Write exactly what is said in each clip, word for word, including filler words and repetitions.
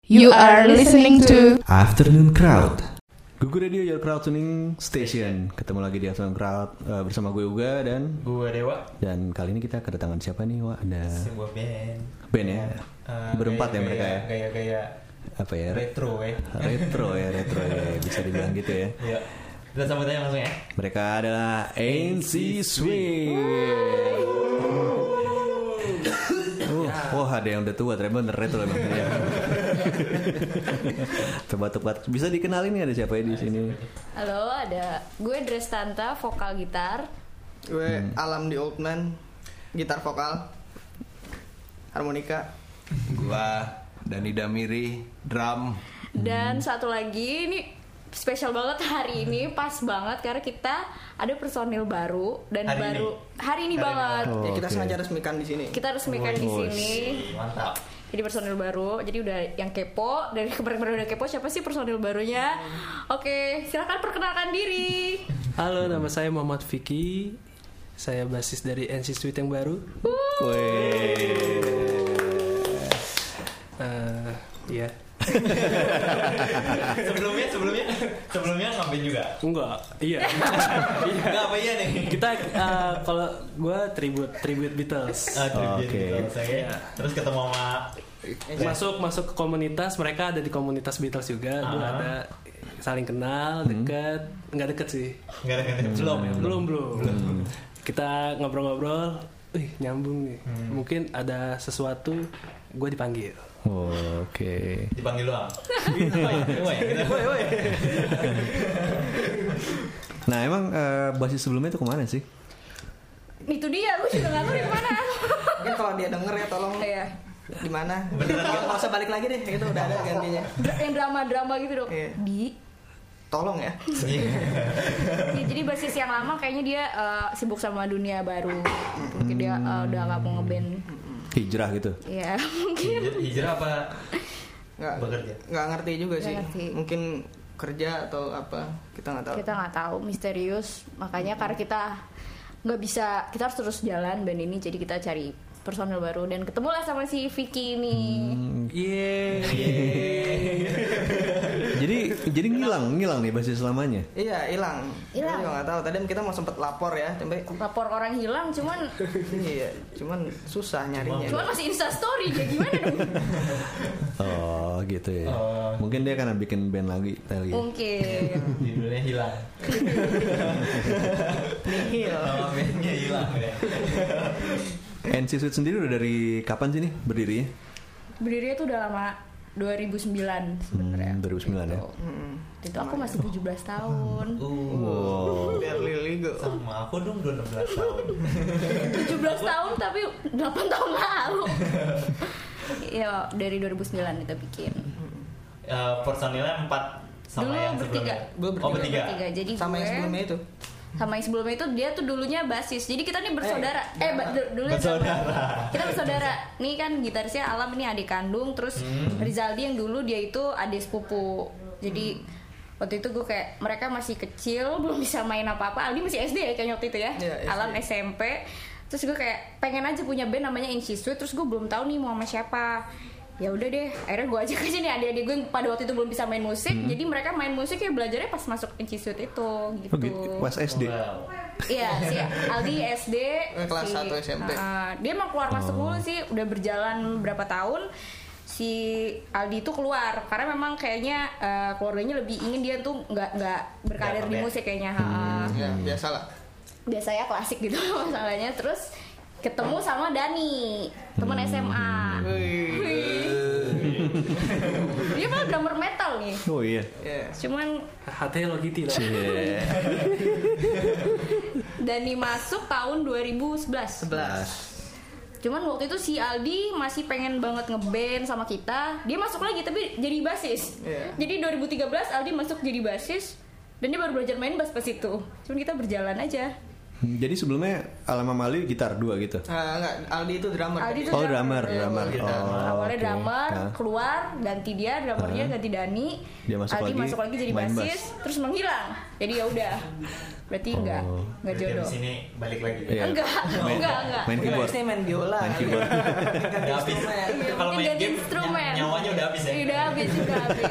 You are listening to Afternoon Crowd. Gugu Radio, your crowd tuning station. Ketemu lagi di Afternoon Crowd uh, bersama gue Uga dan gue Dewa. Dan kali ini kita kedatangan siapa nih, Wak? Ada sebuah band. Band ya. Uh, Berempat gaya, ya mereka ya. Gaya-gaya apa ya? Retro ya. Retro ya, retro ya. Bisa dibilang gitu ya. Iya. Kita sambut aja langsung ya. Mereka adalah N C Swing. Uh, wah ada yang udah tua, ternyata bener retro emang. Ya. Tepat-tepat. Bisa dikenalin nih ada siapa ya di sini? Halo, ada gue Drestanta, vokal gitar. Gue hmm. Alam di Oldman, gitar vokal, harmonika. Gua Dani Damiri, drum. Dan satu lagi, ini spesial banget hari ini, pas banget karena kita ada personil baru dan hari baru ini. hari ini hari banget. Oh, ya, kita okay. sengaja resmikan di sini. Kita resmikan oh, di sini. Mantap. Jadi personil baru, jadi udah yang kepo dari kemarin-kemarin udah kepo siapa sih personil barunya? Oke, silakan perkenalkan diri. Halo, nama saya Muhammad Vicky. Saya basis dari N C Sweet yang baru. Uh, ya. sebelumnya sebelumnya sebelumnya ngapain juga? Enggak, iya. Enggak apa iya nih. Kita uh, kalau gue tribute tribute Beatles. Ah, tribute Oke. gitu, saya. Terus ketemu sama Masuk masuk ke komunitas, mereka ada di komunitas Beatles juga. Gue Ah. ada saling kenal, dekat, nggak deket sih. enggak ada belum ya? Belum belum. Kita ngobrol-ngobrol, wih nyambung nih. Mungkin ada sesuatu, gue dipanggil. Oh, oke. Okay. Dipanggil doang. Woi, gitu. Nah emang uh, basis sebelumnya itu kemana sih? Itu dia, gue juga nggak tahu di mana. Mungkin kalau dia denger ya tolong Iya. di mana. Beneran Nggak usah balik lagi deh, gitu udah ada gantinya. Dra- yang drama-drama gitu dong. Iya. Di Tolong ya. Ya, jadi basis yang lama kayaknya dia uh, sibuk sama dunia baru. Mungkin dia uh, udah nggak mau ngeband. Hijrah gitu? Ya mungkin. Hijrah- Hijrah apa? Nggak Bekerja. nggak ngerti juga Nggak sih. ngerti. Mungkin kerja atau apa kita nggak tahu. Kita nggak tahu, misterius. Makanya karena kita nggak bisa, kita harus terus jalan band ini. Jadi kita cari personel baru dan ketemulah sama si Vicky ini. Yeay. Jadi jadi ngilang ngilang nih basis selamanya. Iya hilang. Hilang. Kita juga nggak tahu. Tadi kita mau sempet lapor ya, tapi Lapor orang hilang, cuman iya, cuman susah nyarinya. cuman masih Insta story, ya gimana dong? Oh gitu ya. Oh. Mungkin dia akan bikin band lagi kali ya. Mungkin. Judulnya hilang. Nihil. Nama bandnya hilang ya. N C Sweet sendiri udah dari kapan sih nih berdirinya? Berdirinya tuh udah lama, dua ribu sembilan sebenarnya. Hmm, dua ribu sembilan ya. Hmm. Itu aku masih tujuh belas tahun. Uh. Biar Lili go. Sama aku dong udah enam belas tahun. tujuh belas tahun tapi delapan tahun lalu. Iya, dari dua ribu sembilan kita bikin. Uh, personilnya empat sama Dulu yang bertiga. sebelumnya. Gue Oh bertiga. bertiga. Jadi Sama yang gue- sebelumnya itu. sama yang sebelumnya itu dia tuh dulunya basis. Jadi kita nih bersaudara. Eh, ba- du- dulunya Bersaudara. sama- kita bersaudara. Nih kan gitarisnya Alam ini adik kandung, terus Rizaldi yang dulu dia itu adik sepupu. Jadi waktu itu gue kayak mereka masih kecil, belum bisa main apa-apa. Aldi masih S D ya kayaknya waktu itu ya. Iya, S D. Alam S M P. Terus gue kayak pengen aja punya band namanya N C Sweet, terus gue belum tahu nih mau sama siapa. Ya udah deh, akhirnya gue ajak aja nih adik-adik gue yang pada waktu itu belum bisa main musik. Jadi mereka main musik ya belajarnya pas masuk N C Sweet itu gitu. Oh gitu. Pas S D. Wow. Iya, si Aldi S D Kelas si, satu S M P. uh, dia emang keluar masuk dulu sih, udah berjalan berapa tahun. Si Aldi itu keluar karena memang kayaknya uh, keluarganya lebih ingin dia tuh nggak nggak berkarir Nggak di band. musik kayaknya. Ha. Ya biasalah. Biasa ya klasik gitu masalahnya. Terus ketemu sama Dani, teman S M A. Dia malah drummer metal nih. Oh iya. Ya. Cuman H T Hello Kitty lah. Cie. Dani masuk tahun dua ribu sebelas. Sebelas. Cuman waktu itu si Aldi masih pengen banget ngeband sama kita. Dia masuk lagi tapi jadi basis. Iya. Jadi dua ribu tiga belas Aldi masuk jadi basis dan dia baru belajar main bass pas itu. Cuman kita berjalan aja. Jadi sebelumnya Alam Mali gitar dua gitu. Ah, enggak, Aldi itu drummer. Aldi itu Oh, drummer. drummer, drummer. Oh, Awalnya oke. drummer, Nah. keluar, ganti dia, drummernya ganti Dani. Dia masuk Aldi lagi, masuk lagi jadi main basis, bass. terus menghilang. Jadi ya udah. Berarti enggak, Oh. enggak Jadi jodoh. abis ini balik lagi. Iya. Enggak, enggak, enggak. Main keyboard. Biasanya main biola. Main keyboard. Udah habis. Iya, Kalau mungkin main ganti game instrumen. ny- nyawanya udah habis ya. Iya, udah habis, udah habis.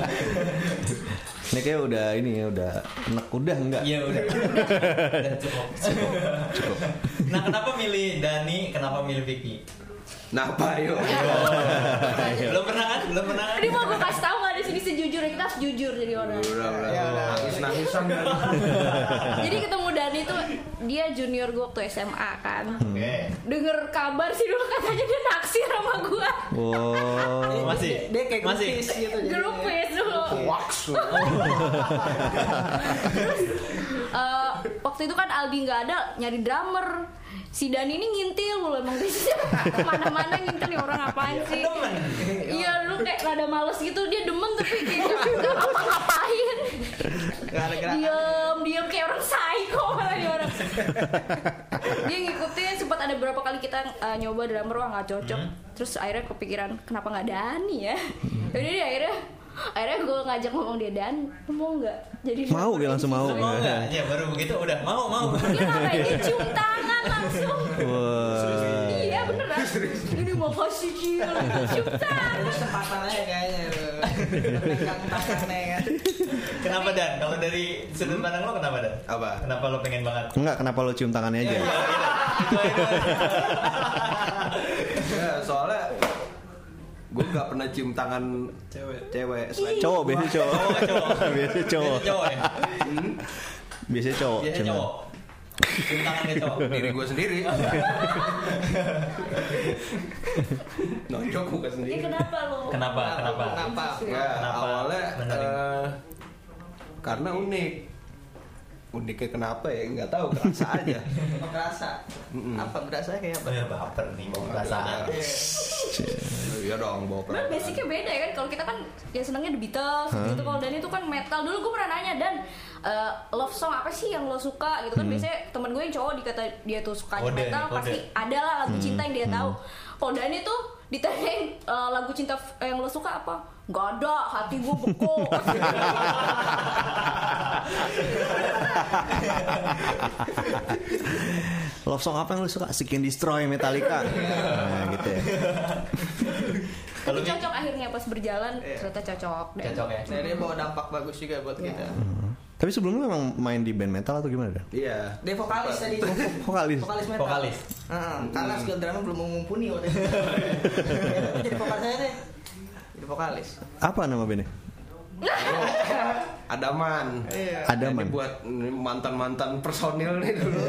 Ini kayak udah ini ya, udah enak udah enggak? Iya udah. Udah cukup. Cukup. Nah, kenapa milih Dani? Kenapa milih Vicky? Napa yuk? Belum pernah kan? Belum pernah kan? Ini mau gue kasih tahu nggak di sini sejujurnya, kita harus jujur jadi orang. Udah udah. Ya, udah. Nangis-nangisan kan. Jadi ketemu Dani tuh dia junior gue waktu S M A kan. Oke. Denger kabar sih dulu katanya dia naksir sama gue. Oh. Masih. Dia kayak Masih. grupis gitu. jadi- Grupis dulu. Terus eh, waktu itu kan Aldi nggak ada, nyari drummer. Si Dani ini ngintil mulu, emang dia kemana-mana ngintil nih orang apaan sih? Demen. Iya, lu kayak rada males gitu, dia demen tapi kayak nggak nggak ngapa-ngapain. Gak ada gerakan. Diem, diem kayak orang psycho malah dia orang. Dia ngikutin, sempat ada beberapa kali kita uh, nyoba drummer, wah nggak cocok. Terus akhirnya kepikiran kenapa nggak Dani ya? Jadi dia akhirnya akhirnya gue ngajak ngomong dia, Dan, lu mau nggak? Jadi Mau, dia langsung mau. Mau nggak? Ya baru begitu udah mau mau. Dia ngapain? Dia cium tangan langsung. Wah. Iya beneran. Ini mau kasih cium, cium tangan. Kesempatan aja kayaknya. Pegang tangannya kan. Kenapa Dan? Kalau dari sudut pandang lo kenapa Dan? Apa? Kenapa lo pengen banget? Enggak, kenapa lo cium tangannya aja? Itu aja. Ya, soalnya gue gak pernah cium tangan cewek cewek selain Cowok, gua. biasanya cowok. Cowok, cowok. Biasanya cowok. Biasanya cowok ya? Biasanya cowok. Biasanya ciuman. cowok. Cium tangan dia cowok. Diri gue sendiri. Nonjok bukan Ini sendiri. kenapa lo? Kenapa? Kenapa? Kenapa? Ya, Kenapa awalnya benerin? eh, karena unik. Uniknya kenapa ya? Nggak tahu, kerasa aja. Apa berasa? Apa berasa kayak apa? Oh ya baper nih, mau perasaan. Iya dong, bawa Sebenarnya perasaan. basicnya beda ya kan. Kalau kita kan ya senangnya The Beatles gitu. Kalau Dani itu kan metal. Dulu gue pernah nanya, Dan eh, love song apa sih yang lo suka gitu kan. Biasanya temen gue yang cowok dikata dia tuh sukanya Kode nih, metal kode. pasti ada lah lagu cinta yang dia tahu. Kalau Dani tuh ditanyain eh, lagu cinta f- yang lo suka apa? Gak ada, hati gue beku. Love song apa yang lo suka? Seek and Destroy Metallica. Nah, gitu ya. Tapi cocok akhirnya pas berjalan ternyata cocok. Dan Cocok ya. Nah, dia bawa dampak bagus juga buat kita. Tapi sebelumnya emang main di band metal atau gimana? Dan? Iya. Dia vokalis tadi. Vokalis. Vokalis metal. Vokalis. Heeh, karena skill drumnya belum mumpuni waktu itu. Ya, tapi jadi vokalis aja deh. Jadi vokalis. Apa nama bandnya? Adaman. Iya. Adaman. Ini buat mantan-mantan personil nih dulu.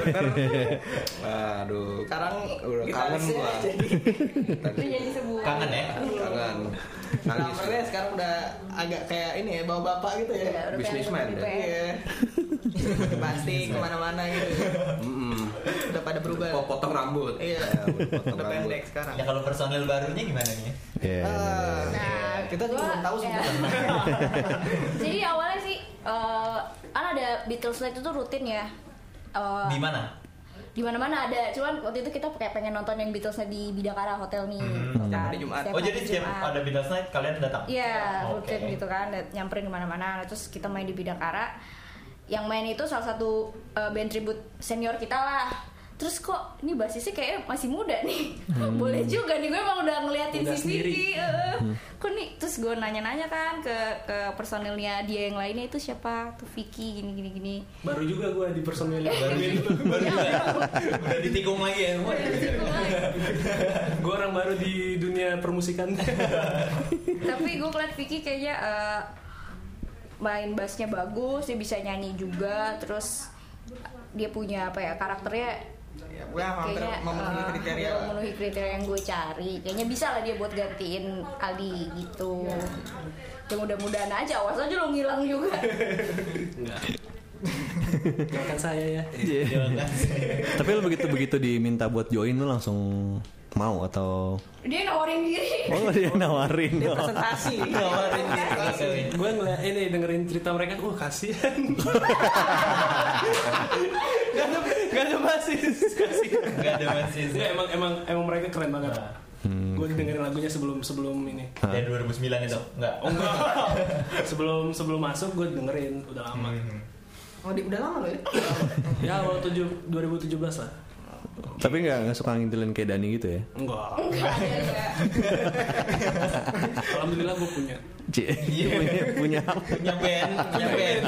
Waduh. Sekarang udah kangen gitarisnya gua. jadi itu jadi sebuah. Kangen ya? Kangen. Nangis. drummernya sekarang udah agak kayak ini ya, bawa bapak gitu ya. Ya, udah kayak Businessman lebih ya? P R. Iya. Plastik kemana-mana gitu. Mm-mm. Udah pada berubah. Oh, potong rambut. Iya. Ya, potong Udah rambut. pendek sekarang. Ya kalau personil barunya gimana nih? Iya. Ah, Nah, kita juga gua- belum tahu ya. sebenarnya. Jadi awalnya sih eh, kan ada Beatles Night itu rutin ya. Eh, Di mana? di mana-mana ada, cuman waktu itu kita kayak pengen nonton yang Beatles Night di Bidakara Hotel nih. Hmm. kan. Hari Jumat. Setiap Oh hari jadi setiap Jumat. ada Beatles Night kalian datang? Iya, Oke. rutin gitu kan, dan nyamperin kemana-mana. Terus kita main di Bidakara. Yang main itu salah satu uh, band tribute senior kita lah. Terus kok ini basisnya kayak masih muda nih. Boleh juga nih, gue emang udah ngeliatin Udah si sendiri. Vicky. eh. Kok nih, terus gue nanya-nanya kan ke ke personilnya dia yang lainnya itu siapa? Tuh Vicky gini gini gini. Baru juga gue di personil Baru baru baru juga. Udah ditikung lagi ya. Wah, gue orang baru di dunia permusikan. Tapi gue ngeliat Vicky kayaknya eh, main bassnya bagus, dia bisa nyanyi juga, terus dia punya apa ya, karakternya Ya, gue hampir kayaknya memenuhi eh, kriteria lah. memenuhi kriteria yang gue cari. Kayaknya bisa lah dia buat gantiin Aldi gitu. Ya mudah-mudahan aja, awas aja lo ngilang juga. Enggak. Doakan saya ya. Iya. Tapi lo begitu begitu diminta buat join lo langsung mau atau? Dia nawarin diri. Oh dia nawarin. Dia presentasi. Nawarin diri. Gue ngeliat ini dengerin cerita mereka, wah kasihan. Gak ada, gak ada basis. Gak ada basis. Nggak, emang emang emang mereka keren banget. Nah. Hmm. Gue dengerin lagunya sebelum sebelum ini. Dari dua ribu sembilan itu? Enggak. Oh enggak. sebelum sebelum masuk gue dengerin udah lama. Hmm. Oh, di, udah lama loh ya? Ya awal tujuh, dua ribu tujuh belas lah. Tapi nggak nggak suka ngintilin kayak Dani gitu ya? Enggak. Enggak ada ya. Alhamdulillah gue punya. Cie, punya punya apa? Punya band, punya band.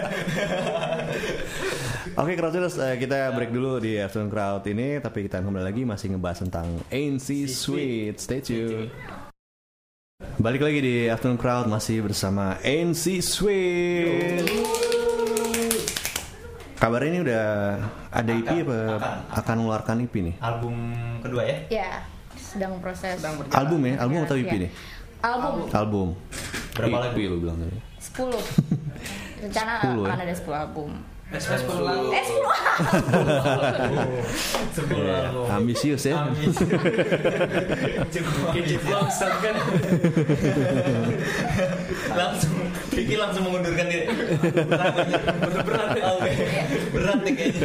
Oke, Crowdtuners, uh, kita break dulu di Afternoon Crowd ini, tapi kita kembali lagi masih ngebahas tentang Ain't She Sweet. Stay tuned. Balik lagi di Afternoon Crowd masih bersama Ain't She Sweet. Kabar ini udah ada I P apa akan. akan mengeluarkan I P nih? Album kedua ya? Ya, sedang proses. Sedang berjalan. Album ya? Album atau I P Ya. nih? Album Album. Berapa I P lagu? lu bilang tadi. sepuluh. Rencana sepuluh, akan ya? ada sepuluh album. sepuluh lagu. Eh sepuluh. Sepuluh Yeah, album. ambisius ya. Keep Longstar kan. Langsung Vicky langsung mengundurkan diri. Berat berat. Oke. Berat nih kayaknya.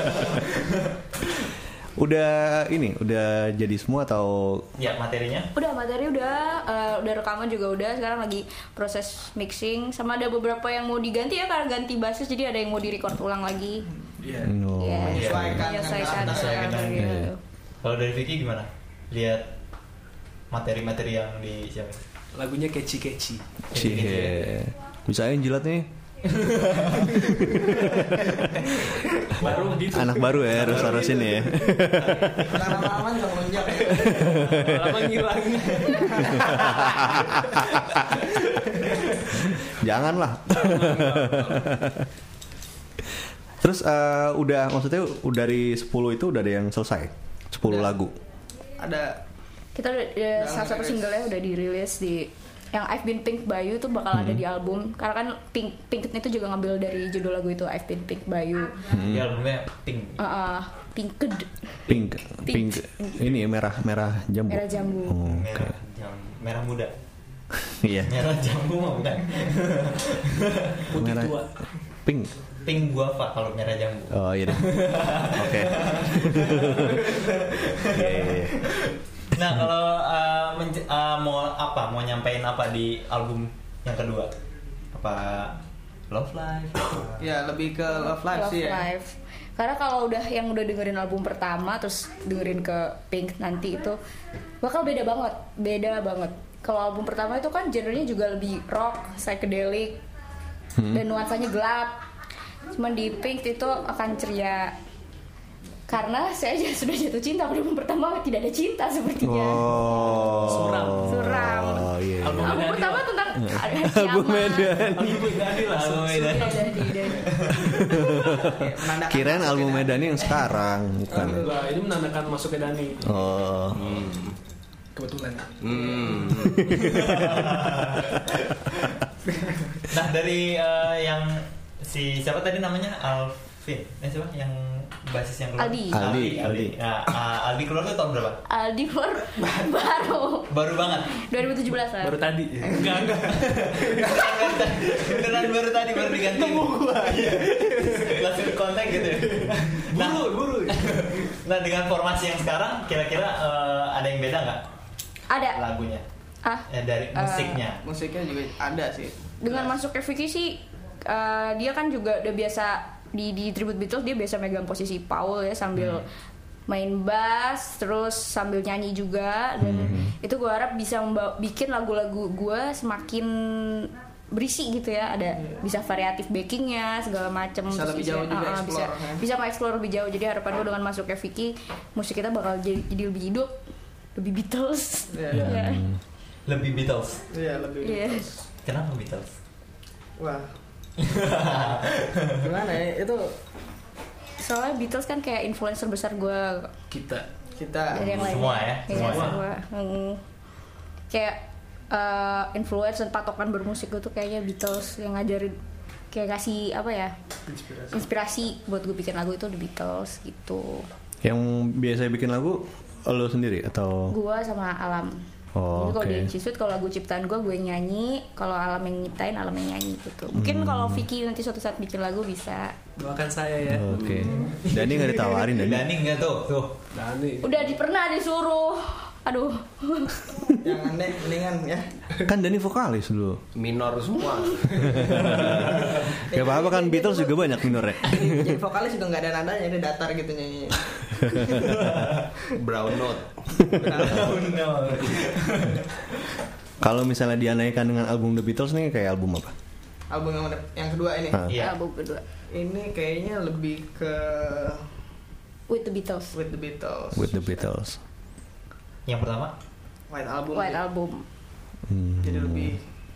Udah ini, udah jadi semua atau Ya materinya. Udah materi udah, eh, udah rekaman juga udah. Sekarang lagi proses mixing. Sama ada beberapa yang mau diganti ya karena ganti basis. Jadi ada yang mau direcord ulang lagi. Iya. no? Iya. Menyesuaikan Menyesuaikan. dengan Menyesuaikan dengan dengan- gitu. Kalau dari Vicky gimana? Lihat materi-materi yang di siapa? Lagunya catchy-catchy. Cie. Bisa aja jilat nih. Baru gitu. Anak baru ya, harus-harus ini ya. Lama-lama juga melonjak ya. Lama ngilang. Janganlah. Terus eh, udah maksudnya dari sepuluh itu udah ada yang selesai. sepuluh Udah. lagu. Ada Kita udah, udah Udah salah satu ngerilis. singlenya udah dirilis di yang I've Been Pink by You tuh bakal ada di album. Karena kan Pink Pink itu juga ngambil dari judul lagu itu I've Been Pink by You. Dia albumnya Pink. Uh, uh, Pinked. Pink, pink. Pink. Ini ya, merah merah jambu. Merah jambu. Oh, oke. Merah, jam- merah muda. Iya. Merah jambu mah bukan. Putih Merah. tua. Pink. Pink guava kalau merah jambu. Oh iya deh. Oke. Iya iya iya. Nah kalau uh, menj- uh, mau apa? Mau nyampein apa di album yang kedua? Apa Love Life? Apa? ya lebih ke Love Life Love sih ya. Life. Karena kalau udah yang udah dengerin album pertama terus dengerin ke Pink nanti itu bakal beda banget, beda banget. Kalau album pertama itu kan genrenya juga lebih rock, psychedelic, dan nuansanya gelap. Cuman di Pink itu akan ceria. Karena saya aja sudah jatuh cinta pada album pertama tidak ada cinta sepertinya. Oh. Suram. Suram. Oh iya. Album Album Medani pertama lah. tentang Album Medan. Album Medani lah. Album Album Medani. Medani. Ya, menandakan Kirain masuk album ya. Medani yang sekarang, bukan? Enggak, ini menandakan masuknya Dani. Oh. Kebetulan. Hmm. Nah dari uh, yang si siapa tadi namanya Alvin, eh siapa yang basis yang keluar? Aldi. Aldi, Aldi. Aldi. Nah, uh, Aldi keluar tuh tahun berapa? Aldi baru baru Baru banget. dua ribu tujuh belas lah. Baru tadi. Enggak, enggak. Beneran baru tadi baru diganti. Nemu gua. Langsung kontak gitu ya. Nah, Buru, buru. nah dengan formasi yang sekarang kira-kira uh, ada yang beda nggak Ada. lagunya? Ah, Ya dari musiknya. Musiknya juga ada sih. dengan masuknya Vicky sih uh, dia kan juga udah biasa di di Tribute Beatles dia biasa megang posisi Paul ya sambil main bass terus sambil nyanyi juga dan itu gue harap bisa membawa, bikin lagu-lagu gue semakin berisi gitu ya ada bisa variatif backingnya segala macem Bisa terus lebih jauh juga ah, ah, bisa explore, ya. bisa mengeksplor lebih jauh jadi harapan gue dengan masuknya Vicky musik kita bakal jadi, jadi lebih hidup lebih Beatles Iya. ya. Lebih Beatles. Iya, lebih. Iya. Kenapa Beatles? Wah. Gimana ya? Itu Soalnya Beatles kan kayak influencer besar gue Kita. kita dari yang lain. Semua ya? Iya, Semua. semua. Hmm. Kayak uh, influence dan patokan bermusik gue tuh kayaknya Beatles yang ngajarin kayak kasih apa ya Inspirasi. inspirasi buat gue bikin lagu itu The Beatles gitu. Yang biasa bikin lagu lo sendiri atau? Gue sama Alam. Oh, Jadi kalau oke. di N C Sweet kalau lagu ciptaan gue gue nyanyi, kalau Alam yang nyiptain Alam yang nyanyi gitu. Mungkin Hmm. kalau Vicky nanti suatu saat bikin lagu bisa. Doakan saya ya. Oke. Dani nggak ditawarin Dani. Dani enggak tuh. Tuh. Dani. Udah di pernah disuruh. Aduh. Jangan deh, mendingan ya. Kan Dani vokalis dulu. Minor semua. Gak apa-apa kan Beatles juga banyak minornya. Jadi, jadi vokalis juga nggak ada nadanya, dia datar gitu nyanyinya. Brown note. Kalau misalnya dianakan dengan album The Beatles nih kayak album apa? Album yang, yang kedua ini. Ah. Iya. Album kedua Ini kayaknya lebih ke With the Beatles. With the Beatles. With The Beatles. Yang pertama White Album. White gitu. Album. Hmm. Jadi lebih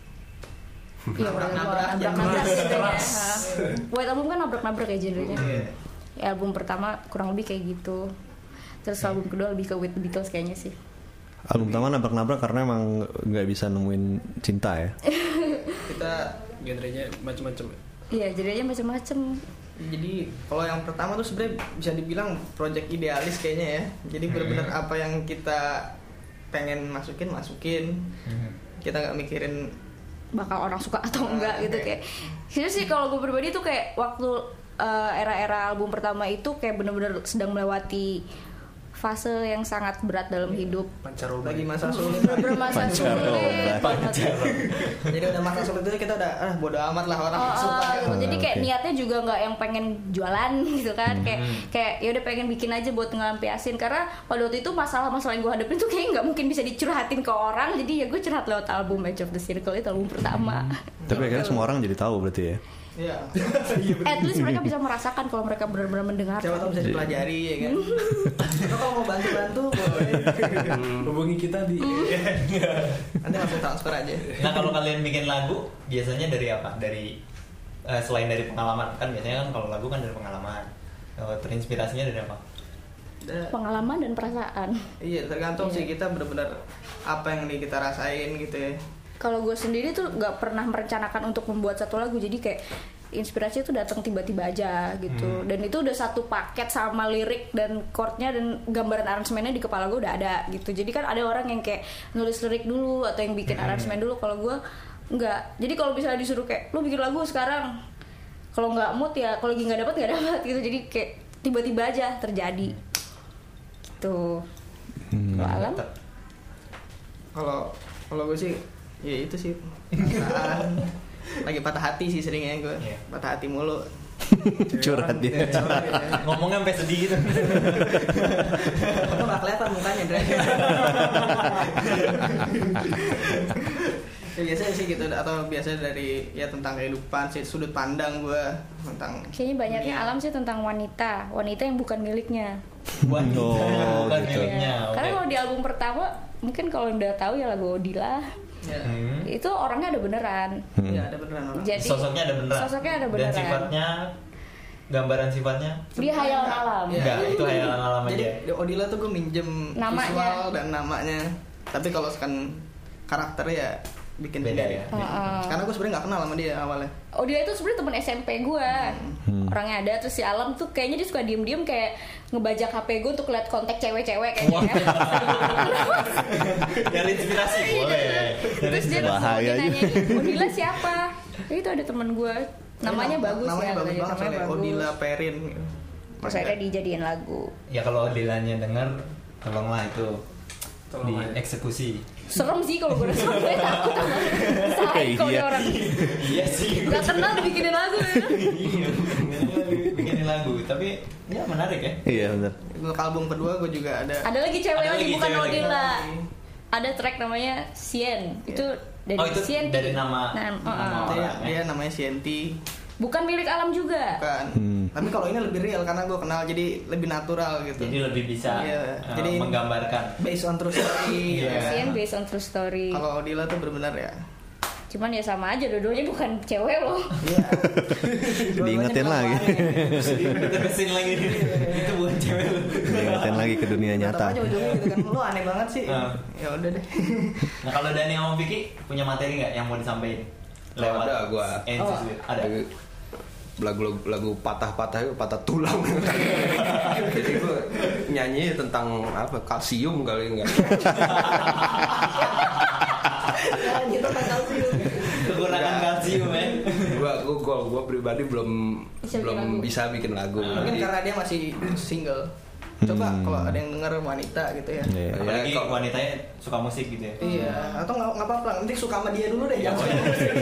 Iya, Nabrak-nabrak, nabrak-nabrak yang genrenya. White Album kan nabrak-nabrak ya genrenya. Iya. Ya, album pertama kurang lebih kayak gitu. Terus album kedua lebih ke With the Beatles kayaknya sih. Album pertama nabrak-nabrak karena emang nggak bisa nemuin cinta ya. kita Genrenya macam-macam. Iya, genrenya macam-macam. jadi kalau yang pertama tuh sebenarnya bisa dibilang project idealis kayaknya ya. Jadi benar-benar apa yang kita pengen masukin masukin. Kita nggak mikirin Bakal orang suka atau enggak gitu oke. kayak. Sebenarnya sih kalau gue pribadi tuh kayak waktu uh, era-era album pertama itu kayak bener-bener sedang melewati fase yang sangat berat dalam hidup. Pancaroba. lagi masa sulit. Bener-bener masa Pancaroba. sulit banget. Jadi udah masa sulit itu kita udah ah bodo amat lah orang Oh, suka. oh, gitu. Jadi kayak Oke. niatnya juga nggak yang pengen jualan gitu kan, kayak kayak ya udah pengen bikin aja buat ngelampiasin, karena pada waktu itu masalah-masalah yang gue hadapin tuh kayak nggak mungkin bisa dicurhatin ke orang, jadi ya gue curhat lewat album Edge of the Circle itu album pertama. Tapi akhirnya semua orang jadi tahu berarti ya. Iya. At least mereka bisa merasakan kalau mereka benar-benar mendengar. Siapa tahu bisa dipelajari ya kan. Lo kalau mau bantu-bantu boleh. Hubungi kita di Nanti langsung transfer aja. Nah kalau kalian bikin lagu biasanya dari apa? Dari eh, selain dari pengalaman kan biasanya kan kalau lagu kan dari pengalaman. Eh, terinspirasinya dari apa? Da- Pengalaman dan perasaan. Iya tergantung sih kita benar-benar apa yang di kita rasain gitu ya. Kalau gue sendiri tuh nggak pernah merencanakan untuk membuat satu lagu, jadi kayak inspirasi tuh datang tiba-tiba aja gitu. Dan itu udah satu paket sama lirik dan chordnya dan gambaran aransemennya di kepala gue udah ada gitu. Jadi kan ada orang yang kayak nulis lirik dulu atau yang bikin aransemen dulu. Kalau gue nggak. Jadi kalau misalnya disuruh kayak lu bikin lagu sekarang, kalau nggak mood ya, kalau lagi nggak dapet nggak dapet gitu. Jadi kayak tiba-tiba aja terjadi gitu. Kalau Alam Kalau kalau gue sih ya itu sih perasaan. Lagi patah hati sih seringnya gue. Iya. Patah hati mulu. Curhat dia. Ngomongnya sampai sedih gitu. Kamu gak kelihatan mukanya Dre. Ya, biasanya sih gitu atau biasanya dari ya tentang kehidupan sih sudut pandang gue tentang kayaknya banyaknya dunia. Alam sih tentang wanita, wanita yang bukan miliknya. Wanita Oh, bukan gitu. miliknya. Ya. Oke. Karena kalau di album pertama mungkin kalau yang udah tahu ya lagu Odila Ya. Hmm. itu orangnya ada beneran. Ya ada beneran orang. Jadi Sosoknya ada beneran. Sosoknya ada Dan beneran. sifatnya gambaran sifatnya Dia hayalan alam. Iya. enggak, itu hayalan alam Jadi aja. di Odila tuh gue minjem Namanya. visual dan namanya. Tapi kalau kan karakternya ya bikin Beda sendiri. ya? Heeh. Karena gue sebenarnya nggak kenal sama dia awalnya. Odila itu sebenarnya teman S M P gue. Hmm. Orangnya ada, terus si Alam tuh kayaknya dia suka diem-diem kayak ngebajak H P gue untuk lihat kontak cewek-cewek kayaknya. Wah. Ya. Dari inspirasi boleh. Dari Terus dia terus Bahaya dia aja. nanya, Odila siapa? Ya, itu ada teman gue. Namanya Nama- bagus namanya ya. bagus katanya. banget Namanya soalnya bagus. Odila Perin. Terus akhirnya dijadiin lagu. Ya kalau Dilanya denger, tolonglah itu Tolonglah ya. dieksekusi. Serem sih kalau gue udah sampai takut sama psycho Iya. nih orang. Iya sih. Gak kenal dibikinin lagu ya. Iya, bikinin lagu. Tapi ya menarik ya. Iya benar. Untuk album kedua gue juga ada. Ada lagi cewek Ada lagi lagi bukan cewek lagi. Odila. Ada track namanya Sien. Itu dari Oh, itu Sienti. dari nama- Nah, nama uh-uh. orang. Dia, dia namanya Sienti. Bukan milik Alam juga. Bukan. Hmm. Tapi kalau ini lebih real karena gue kenal jadi lebih natural gitu. Jadi lebih bisa Iya, eh, jadi- menggambarkan. based on true story. Iya. ya kan? Sien based on true story. Kalau Odila tuh benar-benar ya. Cuman ya sama aja, dua-duanya bukan cewek loh. Iya. Diingetin lagi. Terusin lagi. Itu bukan cewek lu. Diingetin lagi ke dunia Nyata. nyata. aja ujungnya gitu kan. Lu aneh banget sih. Ah. Ya udah deh. Nah kalau Dani sama Vicky punya materi nggak yang mau disampaikan lewat Ada, gua. N C Oh. Sweet? Ada. lagu lagu patah-patah patah tulang. Jadi gue nyanyi tentang apa kalsium kali enggak. Nyanyi tentang kalsium. Kekurangan kalsium ya. Gua gua gua, gua pribadi belum Bisa belum bikin lagu. bisa bikin lagu. Mungkin Jadi, karena dia masih single. Coba Hmm. kalau ada yang denger wanita gitu ya. Iya. Apalagi Ya, kok- wanitanya suka musik gitu ya. Iya, atau nggak nggak apa-apa, nanti suka sama dia dulu deh. Ya, jangan pokoknya. sama musik.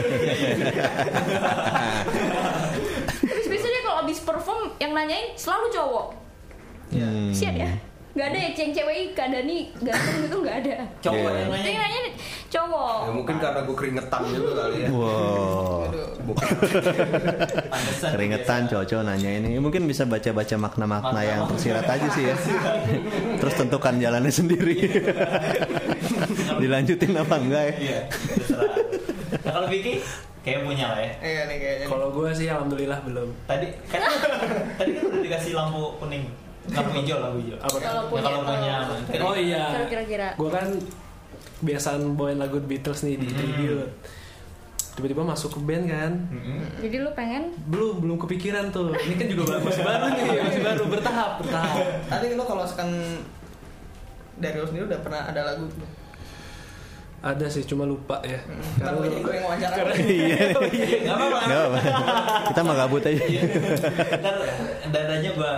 Terus biasanya kalau abis perform yang nanyain selalu cowok. Hmm. Siap ya? Gak ada ya yang cewek Kak Dani ganteng gitu gak ada. Cowok Iya. yang Yang nanya. nanya cowok. ya mungkin karena gue keringetan gitu kali ya. Wow. Aduh. Bukan. Pantesan. Keringetan cowok-cowok nanya ini. Mungkin bisa baca-baca makna-makna Makna- yang tersirat aja sih ya. Terus tentukan jalannya sendiri. Dilanjutin apa enggak ya? Iya, terserah. Nah, kalau Vicky kayak punya lah ya. Iya nih kayaknya. Kalau gue sih alhamdulillah belum. Tadi kan tadi kan udah dikasih lampu kuning. Lampu hijau, lampu hijau. Apa? Kalau Ya, punya, kalau punya. Oh iya. Kalau kira-kira. Gue kan biasaan bawain lagu Beatles nih di tribute. Tiba-tiba masuk ke band kan. Mm-mm. Jadi lu pengen Belum, belum kepikiran tuh. Ini kan juga masih baru nih, masih baru bertahap, bertahap. Tadi lo kalau sekan dari lo sendiri udah pernah ada lagu tuh. Ada sih, cuma lupa ya. Karena jadi gue yang wawancara. Iya. Gak apa-apa. Enggak apa. Kita mah gabut aja. Ntar dadanya gua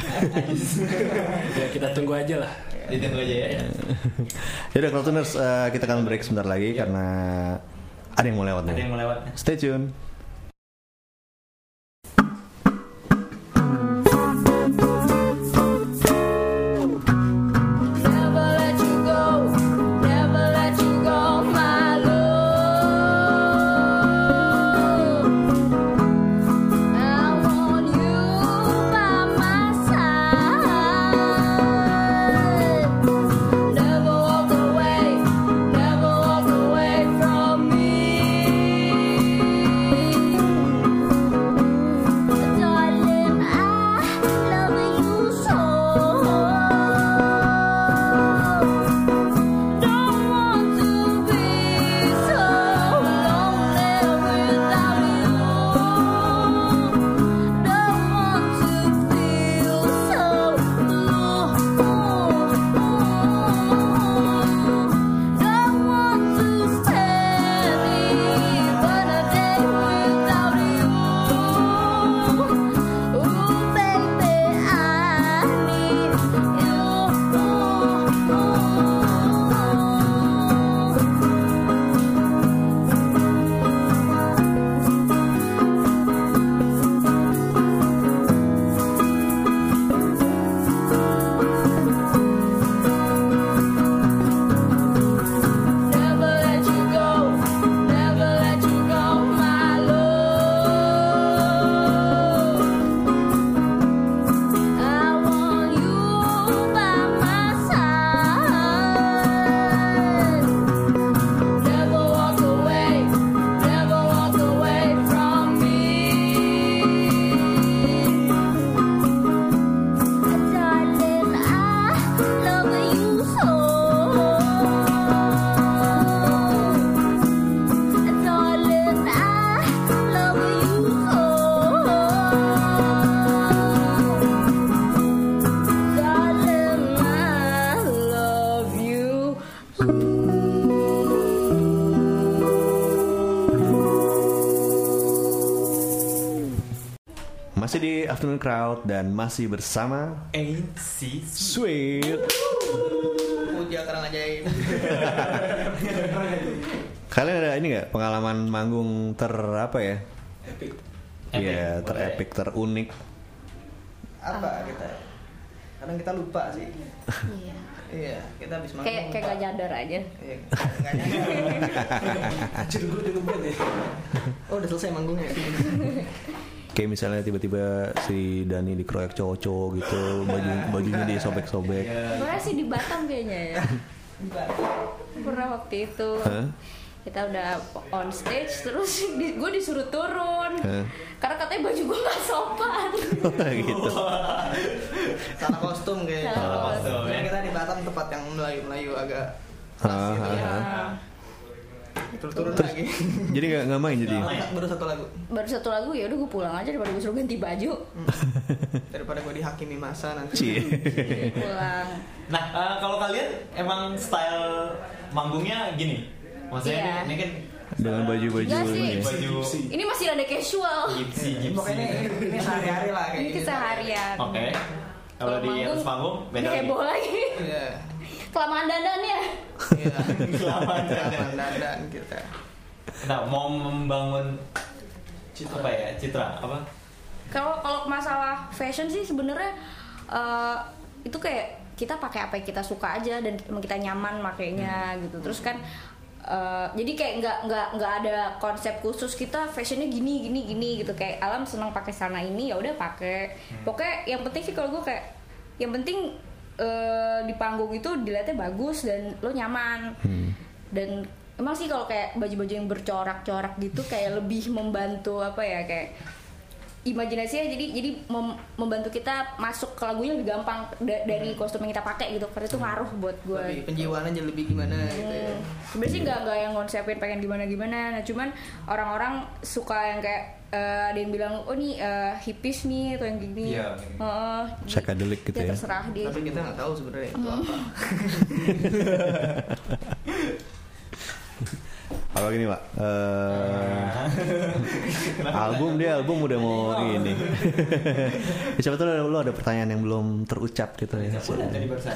Ya kita tunggu aja lah. ditunggu aja ya. Yaudah Crowdtuners, uh, kita akan break sebentar lagi karena ada yang mau lewat Ada nih. yang melewat. Stay tune. Never let you go, never let you go, my love. I want you by my side. Never walk away, never walk away from me. Darling, I love you so. Don't want to be so lonely without you. Don't want to feel so blue. Don't want to stand even a day without you. Ooh, baby, I need Never let you go, never let you go, my love. I want you by my side. Never walk away, never walk away from me. Darling, I love you so. Darling, I love you so. Darling, I love you. Masih di Afternoon Crowd dan masih bersama Ain't si Sweet. Puja karang ajaib. Kalian ada ini nggak pengalaman manggung ter apa ya? Epic. Iya, Epic, terepic, terunik. Apa kita? Kadang kita lupa sih. Iya. Iya, kita habis manggung. Kayak kayak lupa. gak nyadar aja. Iya, nggak nyadar. Anjir gue udah ngeband ya. Oh, udah selesai manggungnya. Kayak misalnya tiba-tiba si Dani dikeroyok cowok-cowok gitu, baju bajunya disobek-sobek. Sebenarnya sih di Batam kayaknya ya. Pernah waktu itu. Hah? Kita udah on stage terus di, gue disuruh turun. Hah? Karena katanya baju gue gak sopan. gitu. Salah kostum kayaknya. Salah kostum, Karena ya. kita di Batam tempat yang Melayu-Melayu agak Ah, gitu ah, ya. ah. turun Terus lagi. jadi nggak nggak main jadi. Baru satu lagu. Baru satu lagu ya udah gue pulang aja daripada gue suruh ganti baju. Daripada gue dihakimi masa nanti. Cie. Pulang. Nah, uh, kalau kalian emang style manggungnya gini, maksudnya Iya. ini, ini kan Dengan baju-baju Enggak sih. ini. baju Ini masih rada casual. gypsy gypsy. Pokoknya ini, ini sehari-hari lah kayak Ini gitu. keseharian. Oke. Kalau di atas panggung beda ini lagi. heboh lagi. Iya. Kelamaan dandannya. Iya. Kelamaan dandan. Kelamaan dandan kita. Nah, mau membangun citra apa ya? Citra apa? Kalau kalau masalah fashion sih sebenarnya eh, itu kayak kita pakai apa yang kita suka aja dan emang kita nyaman makainya gitu. Terus kan eh, jadi kayak nggak nggak nggak ada konsep khusus kita fashionnya gini gini gini gitu. Kayak Alam senang pakai celana ini ya udah pakai. Pokoknya yang penting sih kalau gue kayak yang penting eh, di panggung itu dilihatnya bagus dan lo nyaman. Dan emang sih kalau kayak baju-baju yang bercorak-corak gitu kayak lebih membantu apa ya kayak imajinasinya jadi jadi mem- membantu kita masuk ke lagunya lebih gampang da- dari kostum yang kita pakai gitu karena itu ngaruh buat gue. Lebih penjiwaan aja lebih gimana gitu ya. Sebenarnya sih nggak nggak yang konsepin pengen gimana gimana, nah cuman orang-orang suka yang kayak eh, ada yang bilang oh nih eh, hippies nih atau yang gini. Iya. Heeh. Psychedelic gitu ya. Terserah dia. Tapi kita nggak tahu sebenarnya itu apa. Apa gini pak? Eh, album dia album udah mau ini. Siapa tahu lo ada pertanyaan yang belum terucap gitu ya. Udah tadi barusan.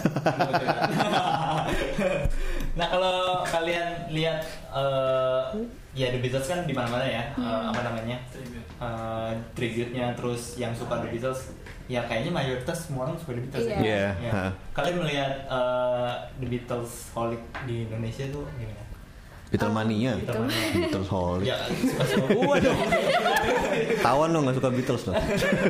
Nah, kalau kalian lihat eh, ya The Beatles kan di mana-mana ya, eh, apa namanya? Eh, tribute-nya terus yang suka The Beatles ya kayaknya mayoritas semua orang suka The Beatles. Iya. ya. Iya. Ya. Ha. Kalian melihat eh, The Beatles holic di Indonesia tuh gimana? Beatlemania. Beatlemania. Beatles Holic. Ya, suka-suka. Waduh. Tawan lo nggak suka Beatles lo.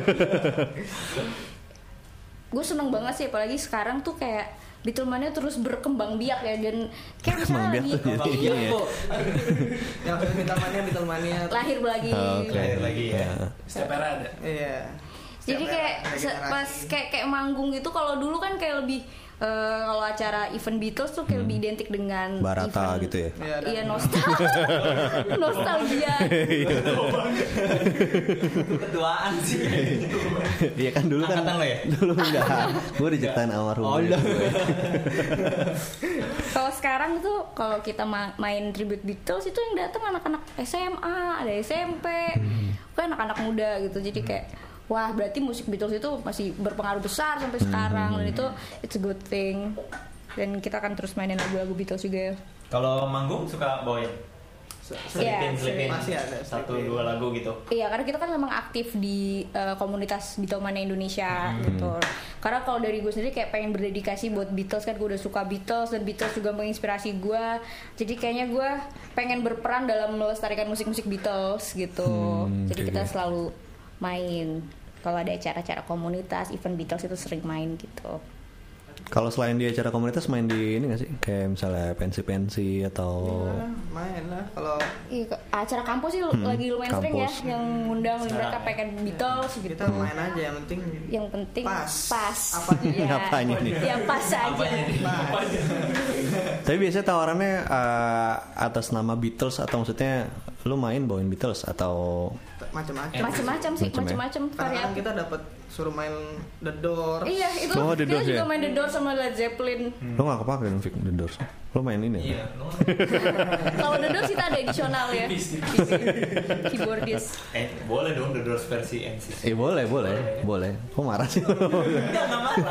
Gue seneng banget sih apalagi sekarang tuh kayak Beatlemania terus berkembang biak ya dan kayak Berkembang misalnya biak lagi tuh jadi ini ya. Yang film Beatlemania, Beatlemania. lahir lagi. Oke. Lahir lagi ya. Setiap era ada. Iya. Jadi Setiap kayak era ada se- generasi. pas kayak kayak manggung gitu kalau dulu kan kayak lebih eh, kalau acara event Beatles tuh kayak lebih identik dengan Barata event- gitu ya. Iya, ada. Iya nostalgia. Nostalgia. Ketuaan sih. Iya kan dulu kan. Angkatan lo ya? Dulu enggak. Gue diceritain almarhum. Oh, gue. udah. Kalau sekarang tuh kalau kita ma- main tribute Beatles itu yang datang anak-anak S M A, ada S M P, kan anak-anak muda gitu. Jadi kayak wah berarti musik Beatles itu masih berpengaruh besar sampai sekarang dan itu it's a good thing. Dan kita akan terus mainin lagu-lagu Beatles juga ya. Kalau manggung suka bawain? Iya, Selipin, selipin masih ada, satu selipin. dua lagu gitu. Iya, karena kita kan memang aktif di uh, komunitas Beatlemania Indonesia gitu. Karena kalau dari gue sendiri kayak pengen berdedikasi buat Beatles kan, gue udah suka Beatles dan Beatles juga menginspirasi gue. Jadi kayaknya gue pengen berperan dalam melestarikan musik-musik Beatles gitu. Hmm, Jadi oke, kita oke. selalu main. Kalau ada acara-acara komunitas, event Beatles itu sering main gitu. Kalau selain di acara komunitas main di ini nggak sih? Kayak misalnya pensi-pensi atau Ya, main lah kalau Iya, ke- acara kampus sih lagi lumayan sering ya, kampus. yang ngundang Sekarang mereka ya. pengen Beatles gitu. kita main aja yang penting Yang penting Pas. pas. Apanya? Iya. Apanya nih? Yang pas aja. Tapi biasanya tawarannya eh, atas nama Beatles atau maksudnya lu main bawain Beatles atau macam-macam. Macem-macem sih, Macem ya? macem-macem Kadang-kadang variatif. kita dapat suruh main The Doors. Iya, itu Oh, The kita Doors juga ya? main The Doors sama Led Zeppelin. lu nggak kepake dong Vic The Doors? Lu main ini? ya? Iya, lu Kalau The Doors kita ada additional ya. Keyboardist. eh boleh dong The Doors versi N C. Eh boleh, boleh, boleh. Kok marah sih? Enggak, enggak marah.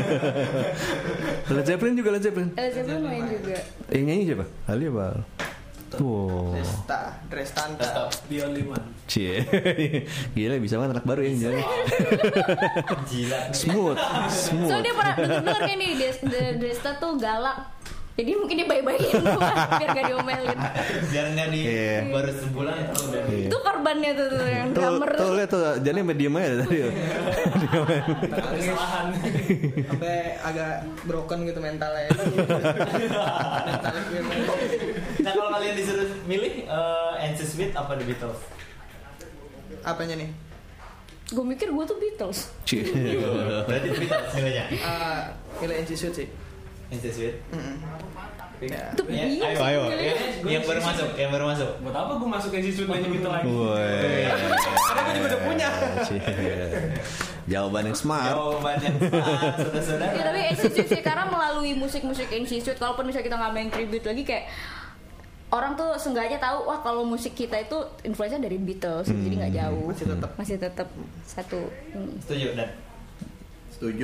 Led Zeppelin juga Led Zeppelin. Led Zeppelin main juga. Eh nyanyi siapa? Ali apa? Wow. Dresta, Drestanta. Tetap The Only One. Cie. Gila bisa banget anak baru ya jadi. gila. Smooth, smooth. Soalnya dia pernah denger kayak nih, Des- The- Desta tuh galak. Jadi mungkin dia baik-baikin tuh biar gak diomelin. Biar enggak di Iya. baru sebulan itu udah di Iya. Itu korbannya tuh, tuh yang Tuh, drummer. tuh lihat tuh, jadi medium aja tadi. Takut kesalahan. Sampai agak broken gitu mentalnya. Mentalnya gitu. Nah, kalau kalian disuruh milih eh, N C Sweet apa The Beatles? Apanya nih? Gue mikir gue tuh Beatles. Cie. Berarti The Beatles milihnya. Ah, pilih N C Sweet sih. N C Sweet. Mm-mm. Ya. Itu Ya, bingung ayo, sih ayo. milih. Ya, yang baru masuk, yang baru masuk. Buat apa gue masuk N C Sweet nanya gitu lagi? Woi. Karena gue juga udah punya. Jawaban yang smart. Jawaban yang salah, saudara-saudara. Ya, tapi N C Sweet sekarang melalui musik-musik N C Sweet, kalaupun misalnya kita nggak main tribute lagi kayak orang tuh seenggaknya tahu wah kalau musik kita itu influence dari Beatles, Hmm. jadi nggak jauh. Masih tetap. Masih tetap satu ini. Setuju dan Setuju.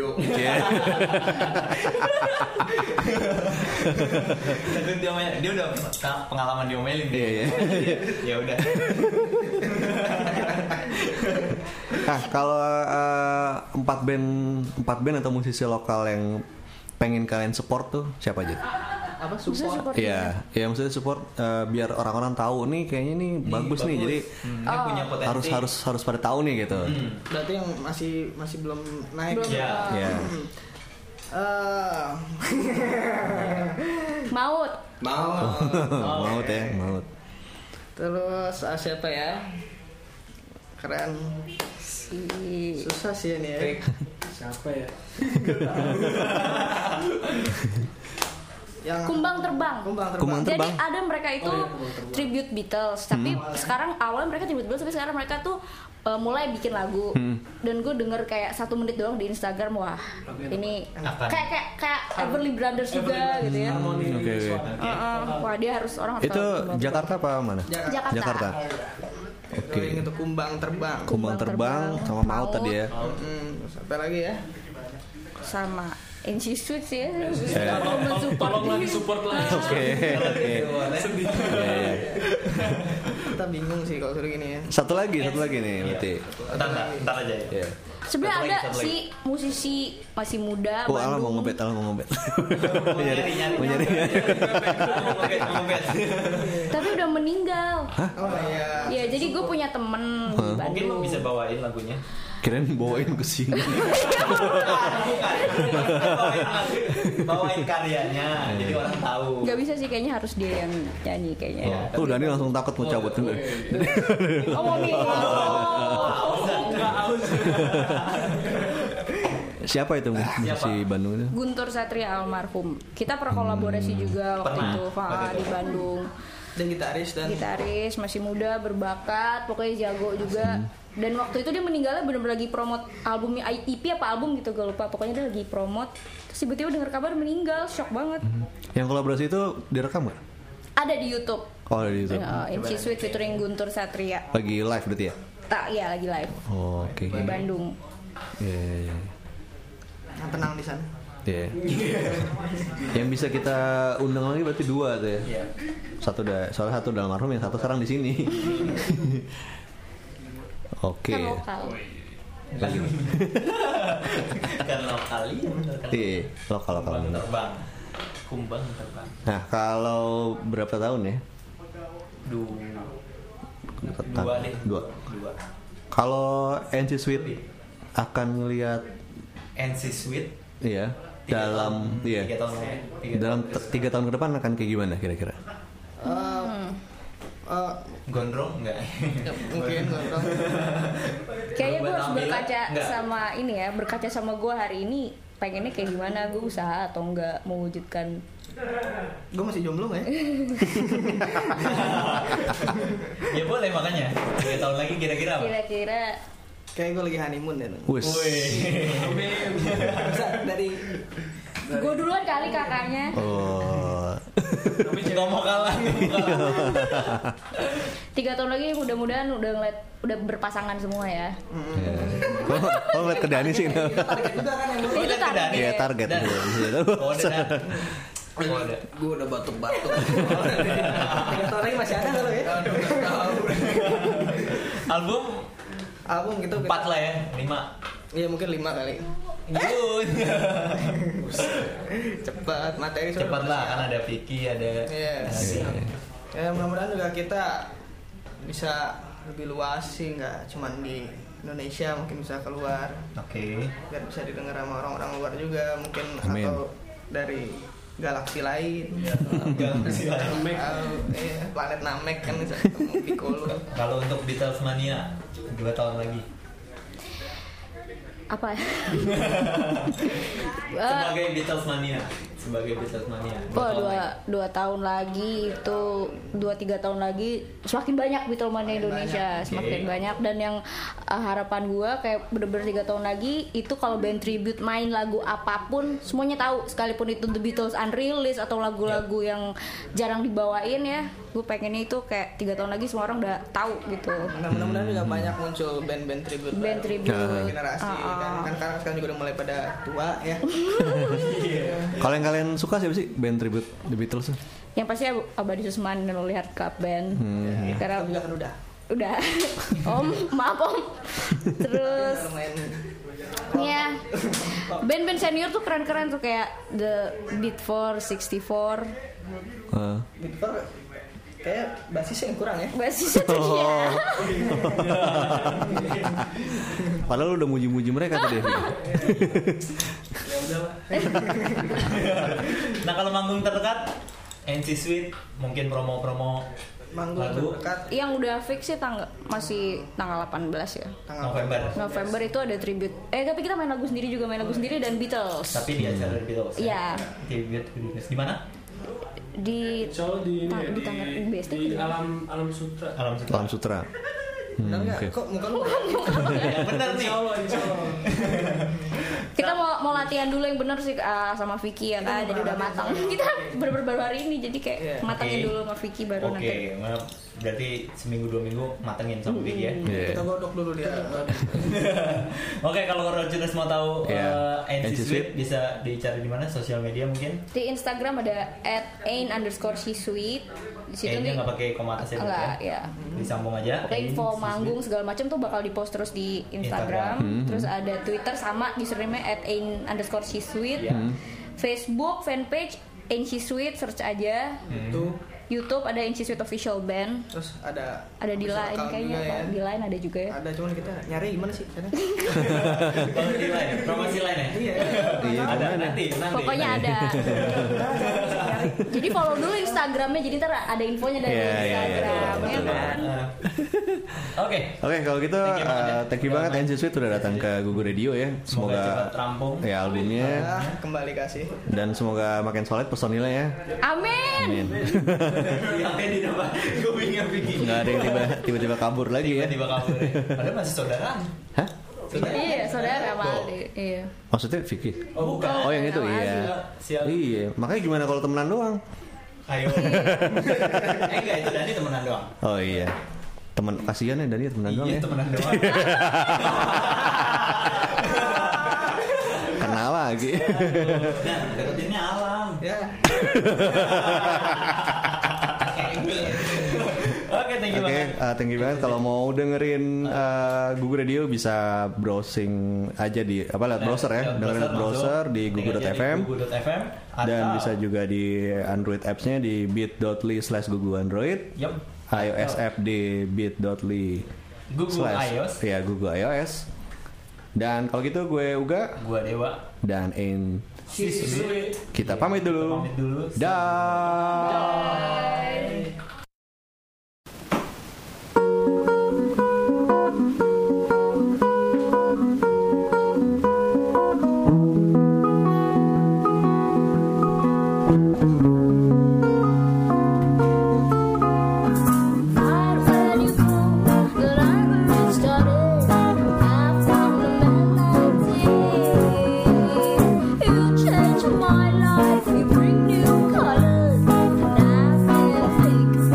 Tapi dia omelin- dia udah pengalaman diomelin. Iya, iya. Ya udah. Nah, kalau eh, empat band empat band atau musisi lokal yang pengen kalian support tuh siapa aja? Apa Maksudnya support? support Iya, ya maksudnya support eh, biar orang-orang tahu nih kayaknya nih bagus, nih. Jadi Hmm, dia punya potensi. harus harus harus pada tahu nih gitu. Hmm. Berarti yang masih masih belum naik. Belum. Ya. Ya. Hmm. Eh, Maut. Mau. Maut ya, maut. terus ah, siapa ya? Keren. Si Susah sih ini ya. Siapa ya? Yang Kumbang Terbang. Kumbang terbang. Kumbang Jadi Terbang. ada mereka itu Oh, iya, Kumbang Terbang. tribute Beatles, tapi sekarang awalnya mereka tribute Beatles, tapi sekarang mereka tuh uh, mulai bikin lagu. Dan gue denger kayak satu menit doang di Instagram, wah ini Apa? kayak kayak kayak Everly Brothers juga gitu ya. Harmoni Oke, oke. suara. Uh-uh. Wah dia harus orang harus Itu tahu Kumbang Jakarta apa mana? Jakarta. Jakarta. Jakarta. Oke. Itu kumbang terbang. Kumbang terbang sama maut tadi ya. Hmm, terus apa lagi ya? sama N C Sweet sih ya. Eh. Kalau mensupport Tolong lagi ini. support lagi. Oke, oke. Sedih. Iya, iya. Kita bingung sih kalau suruh gini ya. Satu lagi, satu lagi nih berarti. Ntar, ntar, ntar aja ya. Iya. Sebenarnya Satu lagi, ada satu lagi. si musisi masih muda Oh, Alam mau Bandung. ngebet, Alam mau ngebet. Mau nyari, nyari. Mau nyari. Mau ngebet, mau ngebet. Tapi udah meninggal. Oh iya. Ya jadi gue punya temen di Mungkin Bandung. lo bisa bawain lagunya. Kirain bawain ke sini. bawain, lagu- bawain karyanya, jadi orang tahu. Gak bisa sih, kayaknya harus dia yang nyanyi kayaknya. Iya. Tuh Dani langsung takut mau cabut. Oh mau nih. Enggak aus. Siapa itu musisi Bandung itu? Guntur Satria almarhum. Kita pernah kolaborasi juga waktu Pernah. itu Pak, Waktu di itu. Bandung. Dan gitaris dan Gitaris, masih muda, berbakat, pokoknya jago juga. Dan waktu itu dia meninggalnya bener-bener lagi promote albumnya E P apa album gitu, gue lupa. Pokoknya dia lagi promote. Terus tiba-tiba denger kabar meninggal, shock banget. Yang kolaborasi itu direkam nggak? Ada di YouTube. Oh di YouTube. Uh, N C Sweet featuring Guntur Satria. Lagi live berarti ya? Tak, ya lagi live Oh, oke. di Bandung. Iya, iya, iya. yang tenang di sana. Iya. Yang bisa kita undang lagi berarti dua tuh ya. Iya. Satu udah, soalnya satu udah almarhum, yang satu sekarang di sini. Oke. Kan lokal. Lagi. Kan lokal iya. Iya, lokal lokal. Kumbang terbang. Kumbang terbang. Nah, kalau berapa tahun ya? Dua. Dua deh. Dua. Dua. Kalau N C Sweet akan ngelihat N C Sweet. iya Tiga dalam tahun, iya tiga tahun ya. Tiga dalam tahun. t- tiga tahun ke depan akan kayak gimana kira-kira? Eh, eh, Gondrong enggak? ya, mungkin gondrong. Kayaknya gue Buat harus tampilan, berkaca enggak. sama ini ya, berkaca sama gue hari ini pengennya kayak gimana, gue usaha atau enggak mewujudkan. Gue masih jomblo nggak ya? Ya boleh makanya. Tiga tahun lagi kira-kira apa? Kira-kira Kayak gue lagi honeymoon ya. Wes. Bisa dari gue duluan kali kakaknya. Oh. Nggak mau kalah, nggak mau kalah. Tiga tahun lagi mudah-mudahan udah ngeliat udah berpasangan semua ya. Iya. Oh, oh ngeliat ke Dani sih. target juga kan yang Itu lihat ke target. Dani. Iya target. Dan- Iya. Oh, ada. Dan. Oh, ada. gue udah batuk-batuk. Tiga tahun lagi masih ada kalau ya? Album Album gitu. empat lah ya, lima. Iya mungkin lima kali. Good. Cepat materi soalnya Cepat lah, masih kan ada Vicky, ada. Yes. ada- Ya mudah-mudahan juga kita bisa lebih luas sih, nggak cuman di Indonesia, mungkin bisa keluar Oke. biar bisa didengar sama orang-orang luar juga mungkin. Amin. Atau dari galaksi lain. Galaksi lain. Namek. Eh, planet Namek kan bisa ketemu Piccolo. Kalau untuk Beatles Mania dua tahun lagi. Apa ya? Eh, Sebagai Beatles Mania sebagai Beatles mania? Wah, dua, dua tahun lagi itu dua tiga tahun lagi semakin banyak Beatlemania Indonesia, banyak. semakin Oke. banyak. Dan yang uh, harapan gue kayak bener-bener tiga tahun lagi itu kalau band tribute main lagu apapun semuanya tahu, sekalipun itu The Beatles unreleased atau lagu-lagu yang jarang dibawain ya, gue pengennya itu kayak tiga tahun lagi semua orang udah tahu gitu. Nah, mudah-mudahan juga banyak muncul band-band tribute Band baru. tribute. Dari generasi Ah, ah. kan kan karena sekarang juga udah mulai pada tua ya. Kalau yang kalian suka siapa sih band tribute The Beatles? Yang pasti Ab- Abadi Susman dan Lihat Club Band. Karena Kita juga kan udah udah Om, maaf Om. Terus lumayan ya band-band senior tuh keren-keren tuh kayak The Beat for sixty-four. Uh, Victor kayak basisnya yang kurang ya. Basisnya tuh dia. Padahal lu udah muji-muji mereka tadi. Nah kalau manggung terdekat N C Suite mungkin promo-promo Manggung lagu terdekat Yang udah fix sih tanggal masih tanggal delapan belas ya. tanggal November. November itu ada tribute. Eh tapi kita main lagu sendiri juga, main lagu sendiri dan Beatles. Tapi di acara The Beatles. Iya. Di Beatles. Di mana? Di Insya Allah di ini Ta- ya, di Tangerang, di, B S D di kan? alam alam sutra. Alam Sutra. Alam Sutra. Benar Hmm, nggak? oke. Kok muka lu Yang benar nih. Insya Allah, Insya Allah. kita mau mau latihan dulu yang bener sih uh, sama Vicky ya kan, jadi udah matang. Kita bener-bener baru hari ini jadi kayak Iya. matangin Oke. dulu sama Vicky baru Oke, nanti. maaf. Berarti seminggu dua minggu matengin sama Vicky ya. Yeah. kita godok dulu dia. Oke, kalau Rogerers mau tahu Iya. eh, N C N C Suite bisa dicari di mana? Sosial media mungkin? Di Instagram ada at ain underscore she sweet. Di situ Kayaknya nih nggak pakai koma atas ya, enggak berarti ya. Disambung aja. Pokoknya info N C Suite. manggung segala macam tuh bakal dipost terus di Instagram. Instagram. Terus ada Twitter sama username-nya at ain underscore she sweet. Iya. Facebook fanpage ain she sweet, search aja. Itu YouTube ada ain she sweet official band. terus ada Ada di official line account kayaknya, juga ya. di line ada juga ya. Ada cuman kita nyari gimana sih caranya? Oh, di line, promosi line ya? Iya. Iya, Ada gimana? nanti, nanti. Pokoknya ada. Jadi follow dulu Instagramnya, jadi ntar ada infonya dari Iya, iya, iya. Instagram ya kan. Ah. Oke. Oke, kalau gitu Thank you banget ya. uh, thank you banget N C Suite udah datang ke Gugu Radio ya. Semoga cepat Semoga rampung. ya albumnya Ah, kembali kasih. dan semoga makin solid personilnya ya. Amin. Amin. Yang di depan, gue bingung Vicky. Nggak ada yang tiba, tiba-tiba kabur lagi ya. Tiba-tiba kabur. ya. Padahal masih saudara. Hah? Saudara. Iya, saudara sama Aldi. Iya. Maksudnya Vicky? Oh, bukan. Oh yang itu Sama iya. Siap. Iya, makanya gimana kalau temenan doang? Ayo. eh enggak, itu Dani temenan doang. Oh iya. Teman kasihan ya Dani temenan doang Iya, ya. temenan doang. Kenal lagi. Nah, deketinnya alam. Ya. Oke, thank you Oke, banget. uh, thank you banget. Kalau mau dengerin uh, Gugu Radio bisa browsing aja di apa lewat browser ya, dengerin lewat browser di gugu dot f m gugu dot f m dan atau- bisa juga di Android apps-nya di bit dot l y slash gugu android, Yup. iOS app di bit dot l y Gugu slash iOS. ya Gugu iOS. Dan kalau gitu gue Uga Gua Dewa. dan In Sweet. kita pamit dulu. Pamit dulu. Dah. My life, you bring new colors, and I've been thinking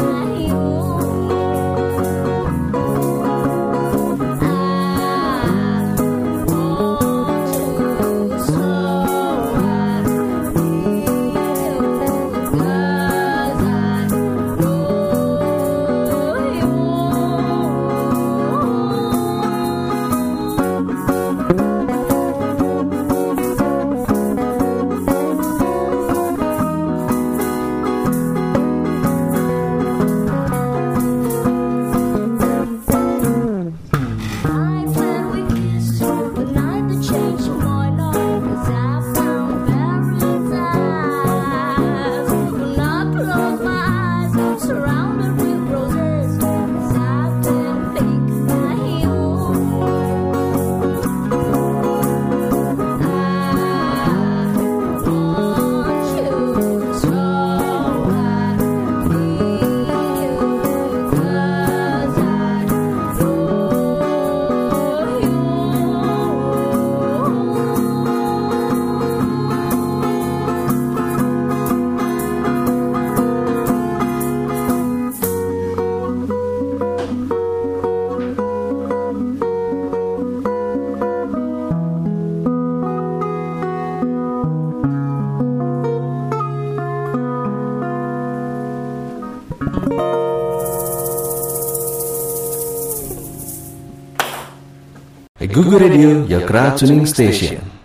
Google Radio, your crowd tuning station.